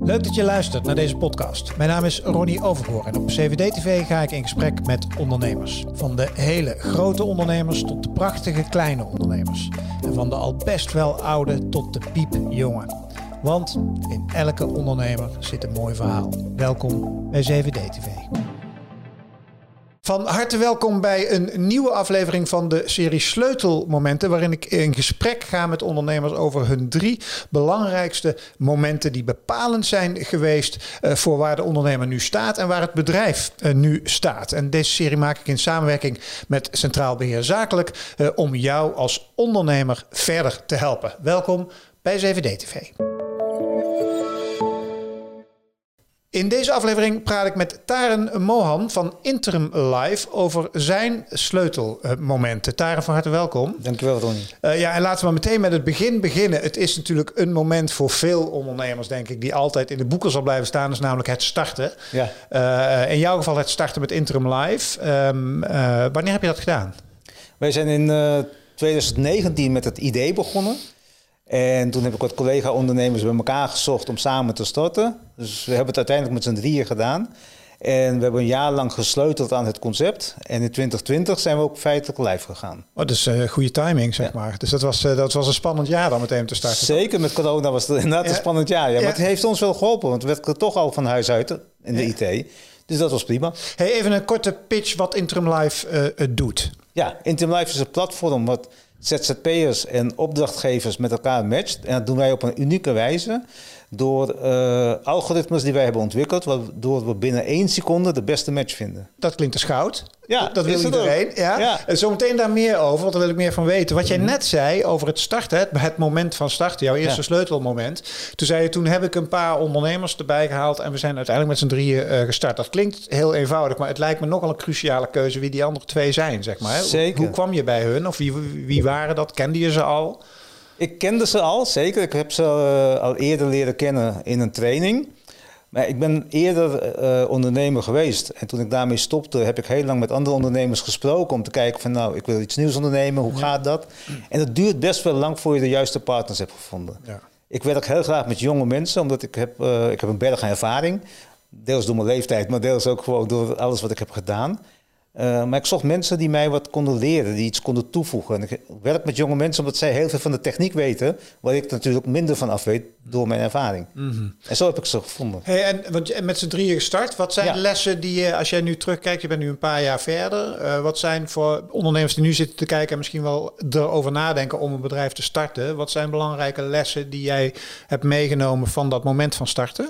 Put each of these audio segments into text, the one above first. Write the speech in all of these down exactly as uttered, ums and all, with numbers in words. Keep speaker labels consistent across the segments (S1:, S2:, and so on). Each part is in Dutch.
S1: Leuk dat je luistert naar deze podcast. Mijn naam is Ronnie Overgoor en op C V D T V ga ik in gesprek met ondernemers. Van de hele grote ondernemers tot de prachtige kleine ondernemers. En van de al best wel oude tot de piepjonge. Want in elke ondernemer zit een mooi verhaal. Welkom bij C V D T V. Van harte welkom bij een nieuwe aflevering van de serie Sleutelmomenten, waarin ik in gesprek ga met ondernemers over hun drie belangrijkste momenten die bepalend zijn geweest uh, voor waar de ondernemer nu staat en waar het bedrijf uh, nu staat. En deze serie maak ik in samenwerking met Centraal Beheer Zakelijk uh, om jou als ondernemer verder te helpen. Welkom bij C V D T V. In deze aflevering praat ik met Taren Mohan van Interim Life over zijn sleutelmomenten. Taren, van harte welkom.
S2: Dankjewel, Ronnie.
S1: Uh, ja, en laten we maar meteen met het begin beginnen. Het is natuurlijk een moment voor veel ondernemers, denk ik, die altijd in de boeken zal blijven staan. Dat is namelijk het starten.
S2: Ja.
S1: Uh, in jouw geval het starten met Interim Life. Um, uh, wanneer heb je dat gedaan?
S2: Wij zijn in uh, twintig negentien met het idee begonnen. En toen heb ik wat collega-ondernemers bij elkaar gezocht om samen te starten. Dus we hebben het uiteindelijk met z'n drieën gedaan. En we hebben een jaar lang gesleuteld aan het concept. En in twintig twintig zijn we ook feitelijk live gegaan.
S1: Oh, dat is uh, goede timing, zeg ja. maar. Dus dat was, uh, dat was een spannend jaar dan meteen te starten.
S2: Zeker, met corona was het inderdaad ja. een spannend jaar. Ja. Ja. Maar het heeft ons wel geholpen, want we werken toch al van huis uit in de ja. I T. Dus dat was prima.
S1: Hey, even een korte pitch wat Interim Life uh, het doet.
S2: Ja, Interim Life is een platform wat Z Z P'ers en opdrachtgevers met elkaar matcht. En dat doen wij op een unieke wijze door uh, algoritmes die wij hebben ontwikkeld, waardoor we binnen één seconde de beste match vinden.
S1: Dat klinkt als goud.
S2: Ja,
S1: dat, dat wil iedereen. Ja. Ja. En zometeen daar meer over, want daar wil ik meer van weten. Wat jij mm-hmm. net zei over het starten, het, het moment van starten, jouw eerste ja. sleutelmoment. Toen zei je, toen heb ik een paar ondernemers erbij gehaald en we zijn uiteindelijk met z'n drieën uh, gestart. Dat klinkt heel eenvoudig, maar het lijkt me nogal een cruciale keuze wie die andere twee zijn, zeg maar.
S2: Zeker.
S1: Hoe, hoe kwam je bij hun? Of wie, wie waren dat? Kende je ze al?
S2: Ik kende ze al, zeker. Ik heb ze uh, al eerder leren kennen in een training. Maar ik ben eerder uh, ondernemer geweest. En toen ik daarmee stopte, heb ik heel lang met andere ondernemers gesproken om te kijken van nou, ik wil iets nieuws ondernemen, hoe ja. gaat dat? En het duurt best wel lang voor je de juiste partners hebt gevonden. Ja. Ik werk heel graag met jonge mensen, omdat ik heb, uh, ik heb een berg aan ervaring. Deels door mijn leeftijd, maar deels ook gewoon door alles wat ik heb gedaan. Uh, maar ik zocht mensen die mij wat konden leren, die iets konden toevoegen. En ik werk met jonge mensen omdat zij heel veel van de techniek weten, waar ik natuurlijk minder van af weet door mijn ervaring. Mm-hmm. En zo heb ik ze gevonden.
S1: Hey, en want met z'n drieën gestart, wat zijn ja. de lessen die je, als jij nu terugkijkt, je bent nu een paar jaar verder, uh, wat zijn voor ondernemers die nu zitten te kijken en misschien wel erover nadenken om een bedrijf te starten, wat zijn belangrijke lessen die jij hebt meegenomen van dat moment van starten?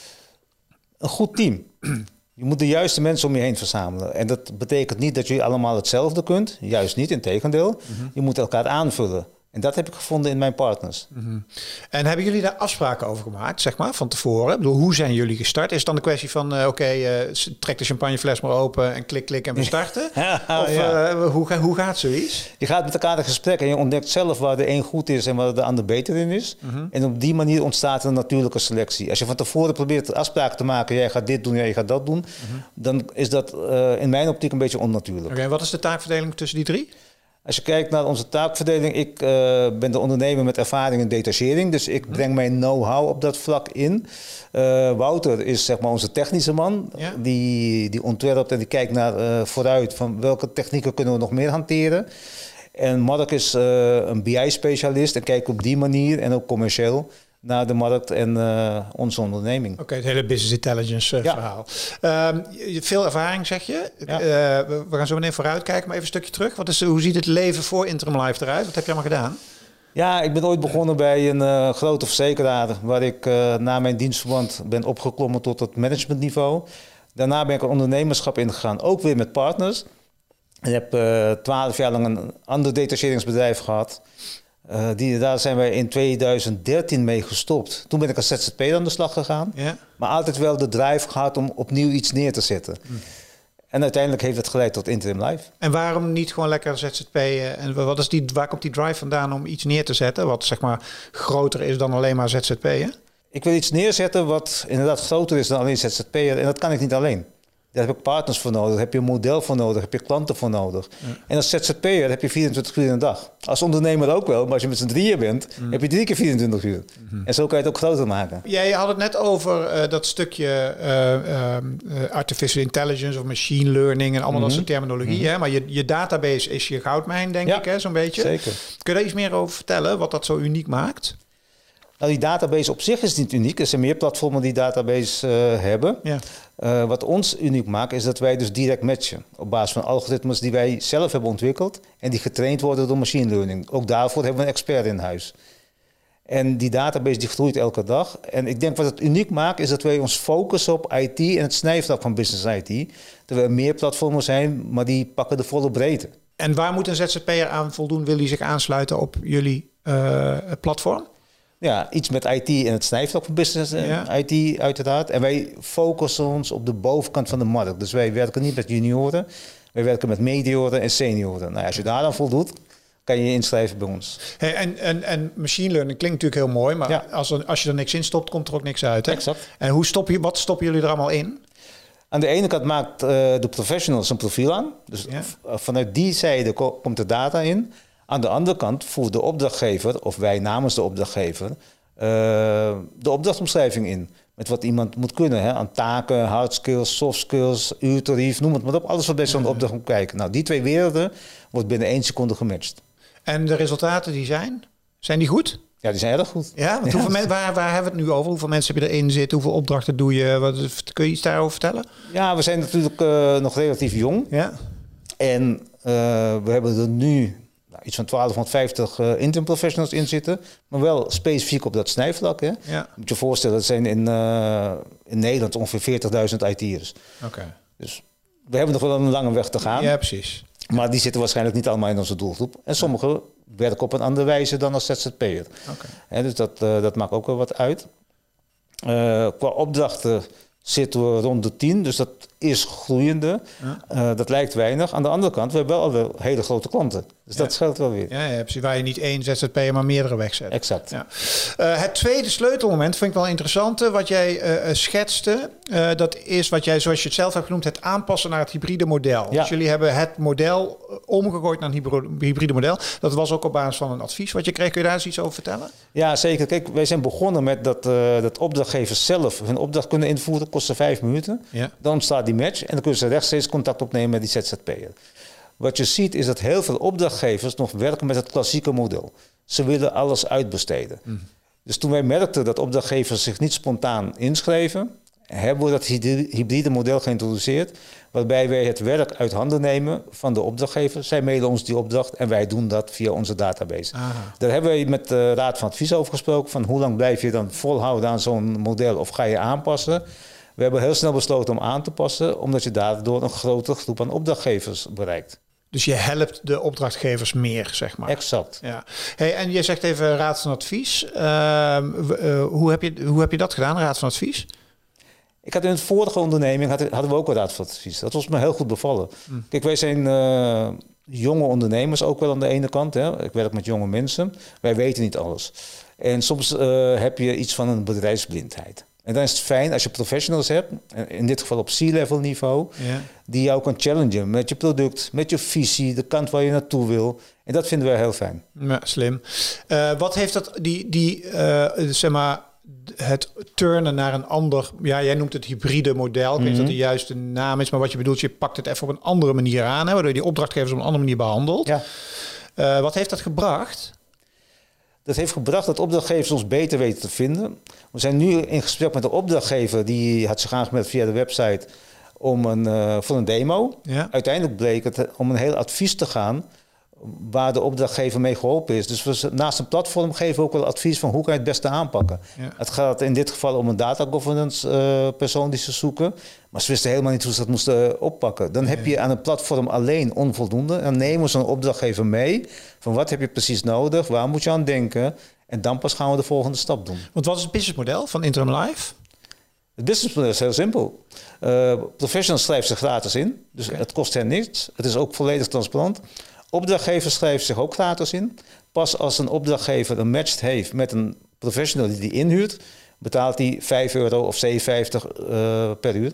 S2: Een goed team. Je moet de juiste mensen om je heen verzamelen. En dat betekent niet dat je allemaal hetzelfde kunt. Juist niet, integendeel. Mm-hmm. Je moet elkaar aanvullen. En dat heb ik gevonden in mijn partners.
S1: Mm-hmm. En hebben jullie daar afspraken over gemaakt, zeg maar, van tevoren? Ik bedoel, hoe zijn jullie gestart? Is het dan de kwestie van, uh, oké, okay, uh, trek de champagnefles maar open en klik, klik en we starten? ja, of ja. uh, hoe, hoe gaat zoiets?
S2: Je gaat met elkaar in gesprek en je ontdekt zelf waar de een goed is en waar de ander beter in is. Mm-hmm. En op die manier ontstaat een natuurlijke selectie. Als je van tevoren probeert afspraken te maken, jij gaat dit doen, jij gaat dat doen, mm-hmm. dan is dat uh, in mijn optiek een beetje onnatuurlijk.
S1: Oké, okay, wat is de taakverdeling tussen die drie?
S2: Als je kijkt naar onze taakverdeling, ik uh, ben de ondernemer met ervaring in detachering, dus ik breng mijn know-how op dat vlak in. Uh, Wouter is zeg maar onze technische man, ja. die, die ontwerpt en die kijkt naar uh, vooruit van welke technieken kunnen we nog meer hanteren. En Mark is uh, een B I-specialist en kijkt op die manier en ook commercieel naar de markt en uh, onze onderneming.
S1: Oké, okay, het hele business intelligence uh, ja. verhaal. Uh, veel ervaring, zeg je. Ja. Uh, we gaan zo meteen vooruit kijken, maar even een stukje terug. Wat is, hoe ziet het leven voor Interim Life eruit? Wat heb je allemaal gedaan?
S2: Ja, ik ben ooit begonnen bij een uh, grote verzekeraar, waar ik uh, na mijn dienstverband ben opgeklommen tot het managementniveau. Daarna ben ik een ondernemerschap ingegaan, ook weer met partners. Ik heb twaalf uh, jaar lang een ander detacheringsbedrijf gehad. Uh, die, daar zijn wij in twintig dertien mee gestopt. Toen ben ik als Z Z P'er aan de slag gegaan. Ja. Maar altijd wel de drive gehad om opnieuw iets neer te zetten. Mm. En uiteindelijk heeft het geleid tot Interim Life.
S1: En waarom niet gewoon lekker Z Z P? En wat is die, waar komt die drive vandaan om iets neer te zetten? Wat zeg maar groter is dan alleen maar Z Z P'er?
S2: Ik wil iets neerzetten wat inderdaad groter is dan alleen Z Z P'er. En dat kan ik niet alleen. Daar heb ik partners voor nodig, daar heb je een model voor nodig, daar heb je klanten voor nodig. Ja. En als Z Z P'er heb je vierentwintig uur in een dag. Als ondernemer ook wel, maar als je met z'n drieën bent, mm. heb je drie keer vierentwintig uur. Mm-hmm. En zo kan je het ook groter maken.
S1: Jij had het net over uh, dat stukje uh, uh, artificial intelligence of machine learning en allemaal mm-hmm. dat soort terminologie. Mm-hmm. Hè? Maar je, je database is je goudmijn, denk ja, ik, hè, zo'n beetje.
S2: Zeker.
S1: Kun je daar iets meer over vertellen, wat dat zo uniek maakt?
S2: Nou, die database op zich is niet uniek. Er zijn meer platformen die database uh, hebben. Ja. Uh, wat ons uniek maakt, is dat wij dus direct matchen. Op basis van algoritmes die wij zelf hebben ontwikkeld en die getraind worden door machine learning. Ook daarvoor hebben we een expert in huis. En die database die groeit elke dag. En ik denk wat het uniek maakt, is dat wij ons focussen op I T en het snijvlak van business I T. Terwijl er meer platformen zijn, maar die pakken de volle breedte.
S1: En waar moet een Z Z P'er aan voldoen? Wil hij zich aansluiten op jullie uh, platform?
S2: Ja, iets met I T en het snijvlak van business ja. I T uiteraard. En wij focussen ons op de bovenkant van de markt. Dus wij werken niet met junioren. Wij werken met medioren en senioren. Nou, als je daar dan voldoet, kan je je inschrijven bij ons.
S1: Hey, en, en, en machine learning klinkt natuurlijk heel mooi. Maar ja. als, er, als je er niks in stopt, komt er ook niks uit. Hè?
S2: Exact.
S1: En hoe stop je, wat stoppen jullie er allemaal in?
S2: Aan de ene kant maakt uh, de professionals een profiel aan. Dus ja. v- vanuit die zijde ko- komt de data in. Aan de andere kant voert de opdrachtgever, of wij namens de opdrachtgever, uh, de opdrachtomschrijving in. Met wat iemand moet kunnen. Hè? Aan taken, hard skills, soft skills, uurtarief, noem het maar op. Alles wat bij zo'n ja. opdracht moet kijken. Nou, die twee werelden wordt binnen één seconde gematcht.
S1: En de resultaten die zijn? Zijn die goed?
S2: Ja, die zijn erg goed.
S1: Ja, want ja. Hoeveel men, waar, waar hebben we het nu over? Hoeveel mensen heb je erin zitten? Hoeveel opdrachten doe je? Wat, kun je iets daarover vertellen?
S2: Ja, we zijn natuurlijk uh, nog relatief jong. Ja. En uh, we hebben er nu nou, iets van twaalfhonderdvijftig uh, intern professionals in zitten. Maar wel specifiek op dat snijvlak. Hè? Ja. Moet je je voorstellen, dat zijn in, uh, in Nederland ongeveer veertigduizend I T'ers.
S1: Oké. Okay.
S2: Dus we hebben nog wel een lange weg te gaan.
S1: Ja, precies.
S2: Maar die zitten waarschijnlijk niet allemaal in onze doelgroep. En sommigen werken op een andere wijze dan als Z Z P'er. Okay. Dus dat, uh, dat maakt ook wel wat uit. Uh, qua opdrachten zitten we rond de tien, dus dat is groeiende. Ja. Uh, dat lijkt weinig. Aan de andere kant, we hebben wel alweer hele grote klanten. Dus ja. dat scheelt wel weer.
S1: Ja, ja, precies. Waar je niet één Z Z P'er, maar meerdere wegzet.
S2: Exact.
S1: Ja. Uh, het tweede sleutelmoment vind ik wel interessant. Wat jij uh, schetste, uh, dat is wat jij, zoals je het zelf hebt genoemd, het aanpassen naar het hybride model. Ja. Dus jullie hebben het model omgegooid naar een hybride model. Dat was ook op basis van een advies wat je kreeg. Kun je daar eens iets over vertellen?
S2: Ja, zeker. Kijk, wij zijn begonnen met dat, uh, dat opdrachtgevers zelf hun opdracht kunnen invoeren. Kostte vijf minuten. Ja. Dan ontstaat die match en dan kunnen ze rechtstreeks contact opnemen met die Z Z P'er. Wat je ziet is dat heel veel opdrachtgevers nog werken met het klassieke model. Ze willen alles uitbesteden. Mm. Dus toen wij merkten dat opdrachtgevers zich niet spontaan inschreven, hebben we dat hybride model geïntroduceerd, waarbij wij het werk uit handen nemen van de opdrachtgever. Zij mailen ons die opdracht en wij doen dat via onze database. Aha. Daar hebben wij met de Raad van Advies over gesproken, van hoe lang blijf je dan volhouden aan zo'n model of ga je aanpassen? We hebben heel snel besloten om aan te passen, omdat je daardoor een grotere groep aan opdrachtgevers bereikt.
S1: Dus je helpt de opdrachtgevers meer, zeg maar.
S2: Exact.
S1: Ja. Hey, en je zegt even Raad van Advies. Uh, uh, hoe, heb je, hoe heb je dat gedaan, Raad van Advies?
S2: Ik had in het vorige onderneming hadden, hadden we ook een Raad van Advies. Dat was me heel goed bevallen. Mm. Kijk, wij zijn uh, jonge ondernemers ook wel aan de ene kant. Hè. Ik werk met jonge mensen. Wij weten niet alles. En soms uh, heb je iets van een bedrijfsblindheid. En dan is het fijn als je professionals hebt, in dit geval op C-level niveau, ja. die jou kan challengen met je product, met je visie, de kant waar je naartoe wil. En dat vinden wij heel fijn.
S1: Ja, slim. Uh, wat heeft dat, die, die uh, zeg maar, het turnen naar een ander, ja, jij noemt het hybride model. Ik weet niet mm-hmm. dat de juiste naam is, maar wat je bedoelt, je pakt het even op een andere manier aan, hè, waardoor je die opdrachtgevers op een andere manier behandelt. Ja. Uh, wat heeft dat gebracht?
S2: Dat heeft gebracht dat opdrachtgevers ons beter weten te vinden. We zijn nu in gesprek met de opdrachtgever. Die had zich aangemeld via de website om een, uh, voor een demo. Ja. Uiteindelijk bleek het om een heel advies te gaan waar de opdrachtgever mee geholpen is. Dus we, naast een platform geven we ook wel advies van hoe kan je het beste aanpakken. Ja. Het gaat in dit geval om een data governance uh, persoon die ze zoeken. Maar ze wisten helemaal niet hoe ze dat moesten oppakken. Dan ja. heb je aan een platform alleen onvoldoende. En dan nemen we zo'n opdrachtgever mee. Van wat heb je precies nodig? Waar moet je aan denken? En dan pas gaan we de volgende stap doen.
S1: Want wat is het businessmodel van Interim Live?
S2: Het businessmodel is heel simpel. Uh, professionals schrijven zich gratis in. Dus okay. het kost hen niets. Het is ook volledig transparant. Opdrachtgevers schrijven zich ook gratis in. Pas als een opdrachtgever een match heeft met een professional die die inhuurt, betaalt hij vijf euro of zevenenvijftig uh, per uur.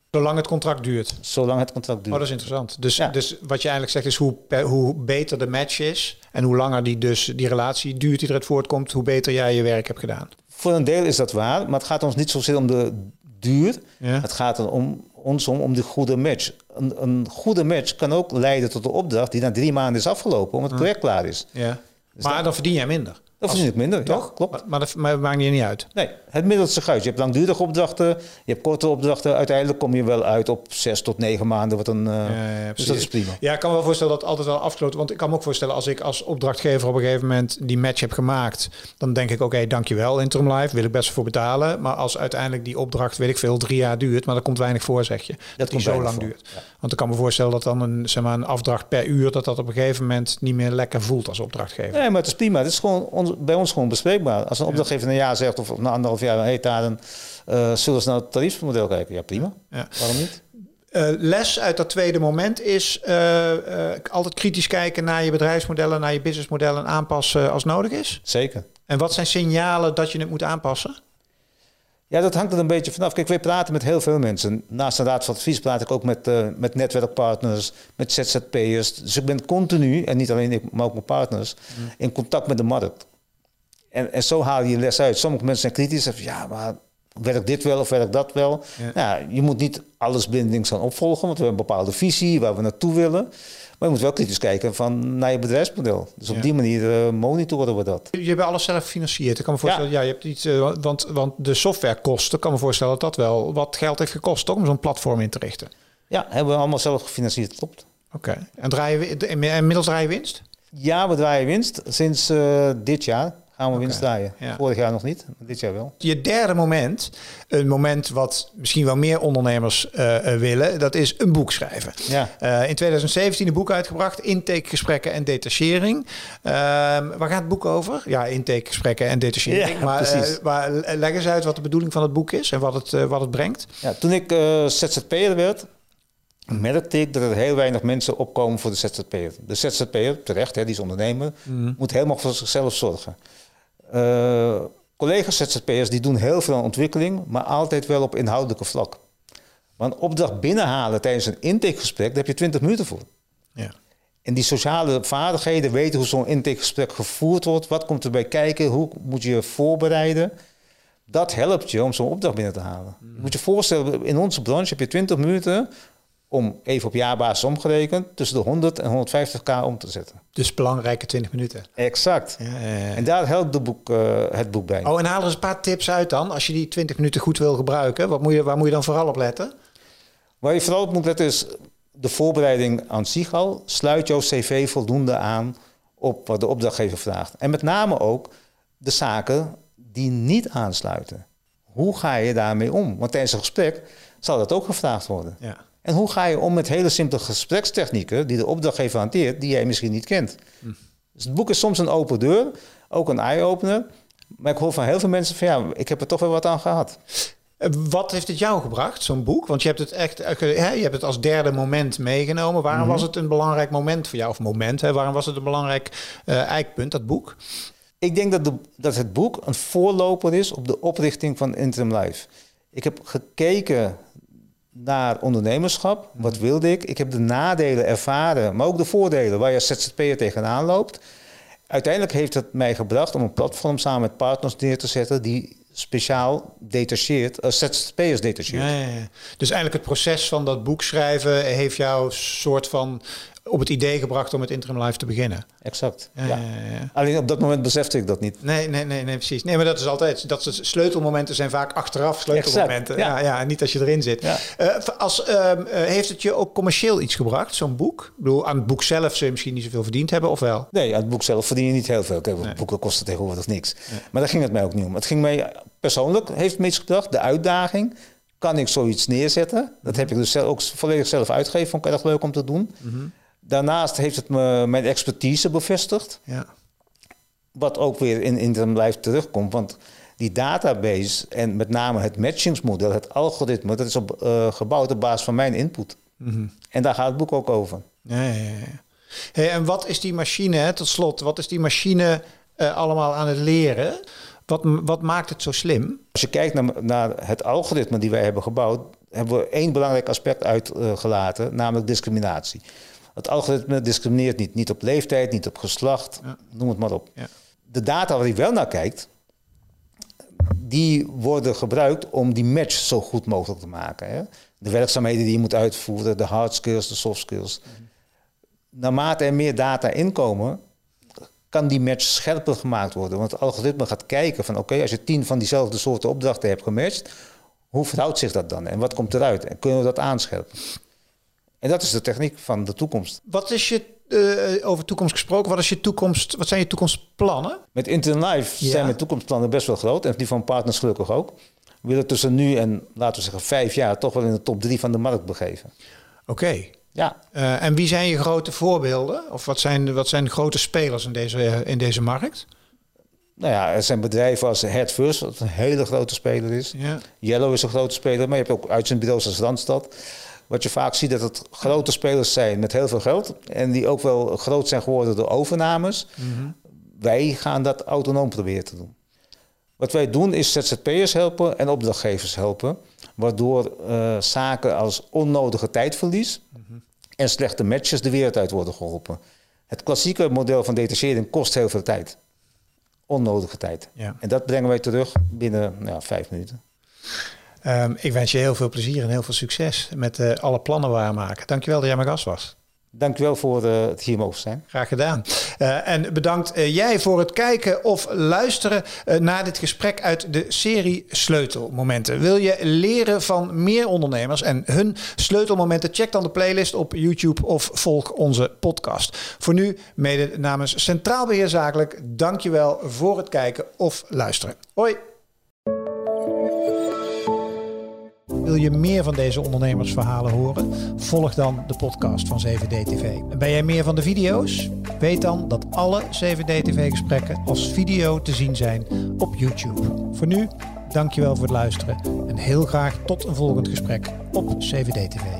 S1: Zolang het contract duurt.
S2: Zolang het contract duurt.
S1: Oh, dat is interessant. Dus,
S2: Ja.
S1: dus wat je eigenlijk zegt is hoe, per, hoe beter de match is en hoe langer die, dus, die relatie duurt die eruit voortkomt, hoe beter jij je werk hebt gedaan.
S2: Voor een deel is dat waar, maar het gaat ons niet zozeer om de duur.
S1: Ja.
S2: Het gaat er om, ons om, om de goede match. Een, een goede match kan ook leiden tot een opdracht die na drie maanden is afgelopen, omdat het project klaar is.
S1: Ja.
S2: Dus
S1: Maar
S2: dat-
S1: dan verdien jij minder.
S2: Dat verdien ik minder,
S1: Toch?
S2: ja, klopt.
S1: Maar, maar dat maar dat maakt je niet uit.
S2: Nee, het middelt zich uit. Je hebt langdurige opdrachten, je hebt korte opdrachten. Uiteindelijk kom je wel uit op zes tot negen maanden. Wat een, uh,
S1: Ja, ja,
S2: dus
S1: precies.
S2: dat is prima.
S1: Ja, ik kan me wel voorstellen dat het altijd wel afgesloten. Want ik kan me ook voorstellen als ik als opdrachtgever op een gegeven moment die match heb gemaakt, dan denk ik, oké, okay, dankjewel Interim Life, wil ik best voor betalen. Maar als uiteindelijk die opdracht, weet ik veel, drie jaar duurt, maar er komt weinig voor, zeg je. Dat, dat die
S2: komt
S1: zo
S2: weinig
S1: lang
S2: voor,
S1: duurt.
S2: ja.
S1: Want ik kan me voorstellen dat dan een, zeg maar, een afdracht per uur, dat dat op een gegeven moment niet meer lekker voelt als opdrachtgever.
S2: Nee, maar het is prima. Het is gewoon ons, bij ons gewoon bespreekbaar. Als een opdrachtgever een jaar zegt of na anderhalf jaar, hey Taren, uh, zullen we naar het tariefmodel kijken? Ja, prima.
S1: Ja.
S2: Waarom niet?
S1: Uh, les uit dat tweede moment is uh, uh, altijd kritisch kijken naar je bedrijfsmodellen, naar je businessmodellen en aanpassen als nodig is.
S2: Zeker.
S1: En wat zijn signalen dat je het moet aanpassen?
S2: Ja, dat hangt er een beetje vanaf. Kijk, wij praten met heel veel mensen. Naast de Raad van Advies praat ik ook met, uh, met netwerkpartners, met Z Z P'ers. Dus ik ben continu, en niet alleen ik, maar ook mijn partners, mm. in contact met de markt. En, en zo haal je je les uit. Sommige mensen zijn kritisch en zeggen, ja, maar werkt dit wel of werkt dat wel? Ja. Nou, je moet niet alles blindelings gaan opvolgen, want we hebben een bepaalde visie waar we naartoe willen. Maar je moet wel kritisch kijken van, naar je bedrijfsmodel. Dus op ja. die manier uh, monitoren we dat.
S1: Je hebt alles zelf gefinancierd. Ik kan me voorstellen, ja, ja je hebt iets, uh, want, want de softwarekosten, kan me voorstellen dat dat wel wat geld heeft gekost, toch, om zo'n platform in te richten.
S2: Ja, hebben we allemaal zelf gefinancierd, klopt.
S1: Oké. Okay. En draai je, inmiddels draai je winst?
S2: Ja, we draaien winst sinds uh, dit jaar. Gaan we okay. winst draaien. Ja. Vorig jaar nog niet, maar dit jaar wel.
S1: Je derde moment, een moment wat misschien wel meer ondernemers uh, willen, dat is een boek schrijven.
S2: Ja.
S1: Uh, in twintig zeventien een boek uitgebracht, Intakegesprekken en Detachering. Uh, waar gaat het boek over? Ja, intakegesprekken en detachering.
S2: Ja,
S1: maar
S2: precies.
S1: Uh, maar leg eens uit wat de bedoeling van het boek is en wat het, uh, wat het brengt.
S2: Ja, toen ik uh, Z Z P'er werd, merkte ik dat er heel weinig mensen opkomen voor de Z Z P'er. De Z Z P'er, terecht, hè, die is ondernemer, mm. moet helemaal voor zichzelf zorgen. Uh, collega's Z Z P'ers die doen heel veel aan ontwikkeling, maar altijd wel op inhoudelijke vlak. Maar een opdracht binnenhalen tijdens een intakegesprek, daar heb je twintig minuten voor.
S1: Ja.
S2: En die sociale vaardigheden, weten hoe zo'n intakegesprek gevoerd wordt, wat komt erbij kijken, hoe moet je je voorbereiden, dat helpt je om zo'n opdracht binnen te halen. Mm. Je moet je voorstellen, in onze branche heb je twintig minuten om even op jaarbasis omgerekend tussen de honderd en honderdvijftig k om te zetten.
S1: Dus belangrijke twintig minuten.
S2: Exact.
S1: Ja, ja, ja.
S2: En daar helpt de boek, uh, het boek bij.
S1: Oh, en haal er eens een paar tips uit dan. Als je die twintig minuten goed wil gebruiken, wat moet je, waar moet je dan vooral op letten?
S2: Waar je vooral op moet letten is de voorbereiding aan zich al. Sluit jouw cv voldoende aan op wat de opdrachtgever vraagt. En met name ook de zaken die niet aansluiten. Hoe ga je daarmee om? Want tijdens een gesprek zal dat ook gevraagd worden.
S1: Ja.
S2: En hoe ga je om met hele simpele gesprekstechnieken die de opdrachtgever hanteert, die jij misschien niet kent? Hm. Dus het boek is soms een open deur, ook een eye-opener. Maar ik hoor van heel veel mensen van ja, ik heb er toch wel wat aan gehad.
S1: Wat heeft het jou gebracht, zo'n boek? Want je hebt het echt, hè, je hebt het als derde moment meegenomen. Waarom mm-hmm. was het een belangrijk moment voor jou? Of moment, hè? Waarom was het een belangrijk uh, eikpunt, dat boek?
S2: Ik denk dat, de, dat het boek een voorloper is op de oprichting van Interim Life. Ik heb gekeken naar ondernemerschap. Wat wilde ik? Ik heb de nadelen ervaren, maar ook de voordelen waar je als Z Z P'er tegenaan loopt. Uiteindelijk heeft het mij gebracht om een platform samen met partners neer te zetten die speciaal detacheert, uh, Z Z P'ers detacheert.
S1: Ja, ja, ja. Dus eigenlijk het proces van dat boek schrijven heeft jou soort van op het idee gebracht om met Interim Life te beginnen.
S2: Exact.
S1: Ja,
S2: ja.
S1: Ja, ja.
S2: Alleen op dat moment besefte ik dat niet.
S1: Nee, nee, nee, nee, precies. Nee, maar dat is altijd. Dat is, sleutelmomenten zijn vaak achteraf sleutelmomenten.
S2: Exact, ja.
S1: Ja, ja, niet als je erin zit. Ja. Uh, als, uh, heeft het je ook commercieel iets gebracht, zo'n boek? Ik bedoel, aan het boek zelf zul je misschien niet zoveel verdiend hebben, of wel?
S2: Nee, aan het boek zelf verdien je niet heel veel. Kijk, nee. Boeken kosten tegenwoordig niks. Nee. Maar daar ging het mij ook niet om. Het ging mij persoonlijk, heeft het me iets gebracht. De uitdaging. Kan ik zoiets neerzetten? Dat heb ik dus zelf, ook volledig zelf uitgegeven. Vond ik erg leuk om te doen. Mm-hmm. Daarnaast heeft het me mijn expertise bevestigd. Ja. Wat ook weer in Interim Life terugkomt. Want die database en met name het matchingsmodel, het algoritme, dat is op, uh, gebouwd op basis van mijn input. Mm-hmm. En daar gaat het boek ook over.
S1: Ja, ja, ja. Hey, en wat is die machine, hè, tot slot, wat is die machine uh, allemaal aan het leren? Wat, wat maakt het zo slim?
S2: Als je kijkt naar, naar het algoritme die wij hebben gebouwd, hebben we één belangrijk aspect uitgelaten, uh, namelijk discriminatie. Het algoritme discrimineert niet. Niet op leeftijd, niet op geslacht, ja. noem het maar op. Ja. De data waar hij wel naar kijkt, die worden gebruikt om die match zo goed mogelijk te maken. Hè? De werkzaamheden die je moet uitvoeren, de hard skills, de soft skills. Mm-hmm. Naarmate er meer data inkomen, kan die match scherper gemaakt worden. Want het algoritme gaat kijken van oké, okay, als je tien van diezelfde soorten opdrachten hebt gematcht, hoe verhoudt zich dat dan? En wat komt eruit? En kunnen we dat aanscherpen? En dat is de techniek van de toekomst.
S1: Wat is je, uh, over toekomst gesproken, wat, is je toekomst, wat zijn je toekomstplannen?
S2: Met Intern Live ja. zijn mijn toekomstplannen best wel groot. En die van partners gelukkig ook. We willen tussen nu en, laten we zeggen, vijf jaar toch wel in de top drie van de markt begeven.
S1: Oké. Okay.
S2: Ja.
S1: Uh, en wie zijn je grote voorbeelden? Of wat zijn, wat zijn grote spelers in deze, in deze markt?
S2: Nou ja, er zijn bedrijven als Headfirst, wat een hele grote speler is. Ja. Yellow is een grote speler, maar je hebt ook uitzendbureaus als Randstad. Wat je vaak ziet, dat het grote spelers zijn met heel veel geld. En die ook wel groot zijn geworden door overnames. Mm-hmm. Wij gaan dat autonoom proberen te doen. Wat wij doen is Z Z P'ers helpen en opdrachtgevers helpen. Waardoor uh, zaken als onnodige tijdverlies mm-hmm. en slechte matches de wereld uit worden geholpen. Het klassieke model van detachering kost heel veel tijd. Onnodige tijd. Ja. En dat brengen wij terug binnen nou, vijf minuten.
S1: Um, ik wens je heel veel plezier en heel veel succes met uh, alle plannen waarmaken. Dankjewel dat jij mijn gast was.
S2: Dankjewel voor uh, het hier mogen zijn.
S1: Graag gedaan. Uh, en bedankt uh, jij voor het kijken of luisteren uh, naar dit gesprek uit de serie Sleutelmomenten. Wil je leren van meer ondernemers en hun sleutelmomenten? Check dan de playlist op YouTube of volg onze podcast. Voor nu, mede namens Centraal Beheer Zakelijk, dankjewel voor het kijken of luisteren. Hoi! Wil je meer van deze ondernemersverhalen horen? Volg dan de podcast van zeven D T V. En ben jij meer van de video's? Weet dan dat alle zeven D T V-gesprekken als video te zien zijn op YouTube. Voor nu, dankjewel voor het luisteren en heel graag tot een volgend gesprek op zeven D T V.